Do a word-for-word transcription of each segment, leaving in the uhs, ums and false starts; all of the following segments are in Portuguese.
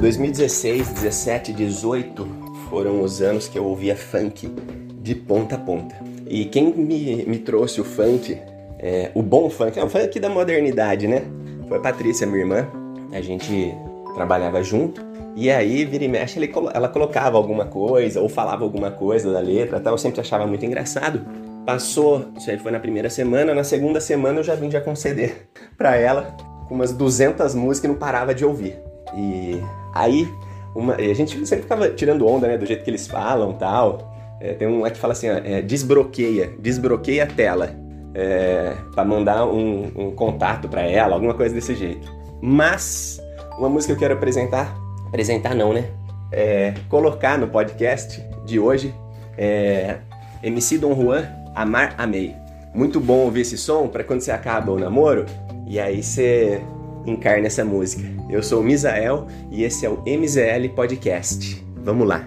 dois mil e dezesseis, dezessete, dezoito foram os anos que eu ouvia funk de ponta a ponta. E quem me, me trouxe o funk, é, o bom funk, é o funk da modernidade, né? Foi a Patrícia, minha irmã. A gente trabalhava junto. E aí, vira e mexe, ela colocava alguma coisa ou falava alguma coisa da letra, tal. Eu sempre achava muito engraçado. Passou, isso aí foi na primeira semana. Na segunda semana eu já vim já com C D pra ela, com umas duzentas músicas e não parava de ouvir. E aí, uma, a gente sempre ficava tirando onda, né, do jeito que eles falam e tal. É, tem um lá que fala assim, ó, é, desbloqueia, desbloqueia a tela, é, pra mandar um, um contato pra ela, alguma coisa desse jeito. Mas, uma música que eu quero apresentar, apresentar não, né, é, colocar no podcast de hoje, é M C Dom Juan, Amar, Amei. Muito bom ouvir esse som pra quando você acaba o namoro, e aí você encarna essa música. Eu sou o Misael e esse é o M Z L Podcast. Vamos lá.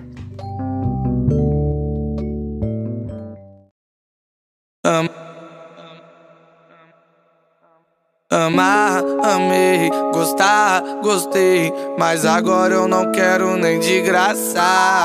Am, amar, amei, gostar, gostei, mas agora eu não quero nem de graça.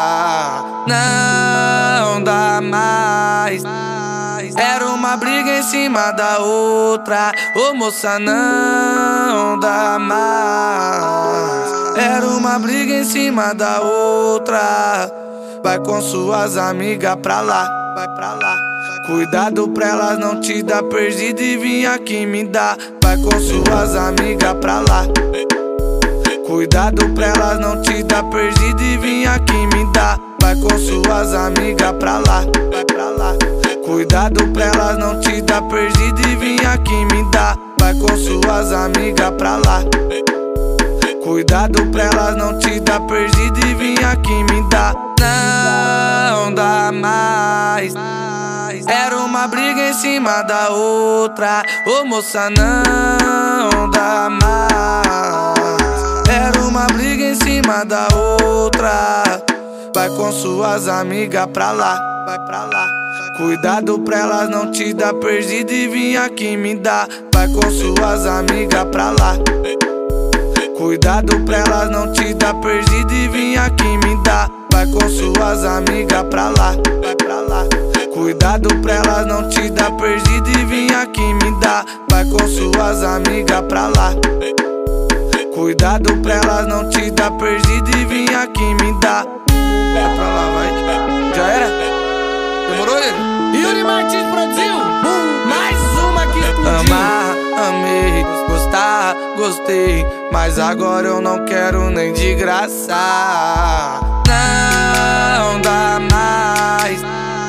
Não dá mais. Era uma briga em cima da outra. Ô moça, não dá mais. Era uma briga em cima da outra. Vai com suas amigas pra lá, vai pra lá. Cuidado pra elas não te dar perdido e vir aqui me dar. Vai com suas amigas pra lá. Cuidado pra elas não te dar perdido e vir aqui me dar. Vai com suas amigas pra lá, vai pra lá. Cuidado pra elas não te dar perdido e vir aqui me dar. Vai com suas amigas pra lá. Cuidado pra elas não te dar perdido e vir aqui me dar. Não dá mais. Era uma briga em cima da outra. Ô moça, não dá mais. Era uma briga em cima da outra. Vai com suas amigas pra lá, vai pra lá. Cuidado pra elas não te dar perdido e vir aqui me dar. Vai com suas amigas pra lá. Cuidado pra elas não te dar perdido e vir aqui me dar. Vai com suas amigas pra lá, vai pra lá. Cuidado pra elas não te dar perdido e vir aqui me dar. Vai com suas amigas pra lá. Cuidado pra elas não te dar perdido e vir aqui me dar. Vai pra lá, vai. Já era? Demorou, ele? Yuri Martins produziu uh, mais uma que explodiu. Amar, amei, gostar, gostei, mas agora eu não quero nem de graça. Não dá mais.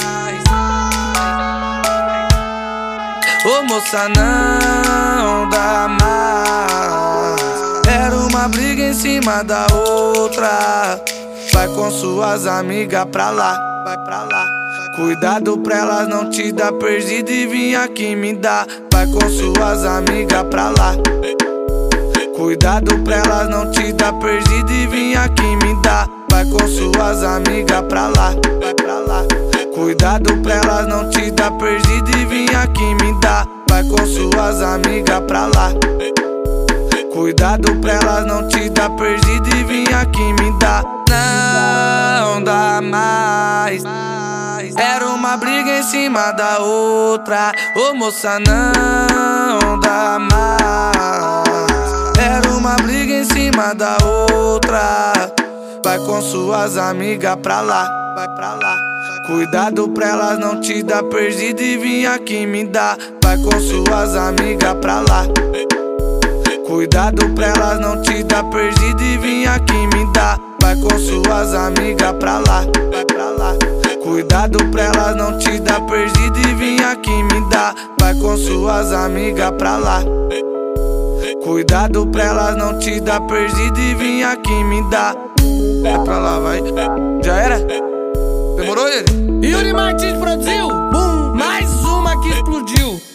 Ô moça, não dá mais. Era uma briga em cima da outra. Vai com suas amigas pra lá, vai pra lá. Cuidado pra elas não te dar perdido e vir aqui me dar. Vai com suas amigas pra lá. Cuidado pra elas não te dar perdido e vir aqui me dar. Vai com suas amigas pra lá, vai pra lá. Cuidado pra elas não te dar perdido e vir aqui me dar. Vai com suas amigas pra lá. Cuidado pra elas não te dar perdido e vir aqui me dar. Não dá mais. Era uma briga em cima da outra. Ô moça, não dá mais. Era uma briga em cima da outra. Vai com suas amigas pra lá, vai pra lá. Cuidado pra elas não te dar perdido e vir aqui me dar. Vai com suas amigas pra lá. Cuidado pra elas não te dar perdido e vir aqui me dar. Vai com suas amigas pra lá, vai pra lá. Cuidado pra elas não te dar perdido e vir aqui me dar. Vai com suas amigas pra lá. Cuidado pra elas não te dar perdido e vir aqui me dar. Vai pra lá, vai. Já era? Demorou, ele? Yuri Martins produziu uh, mais uma que explodiu.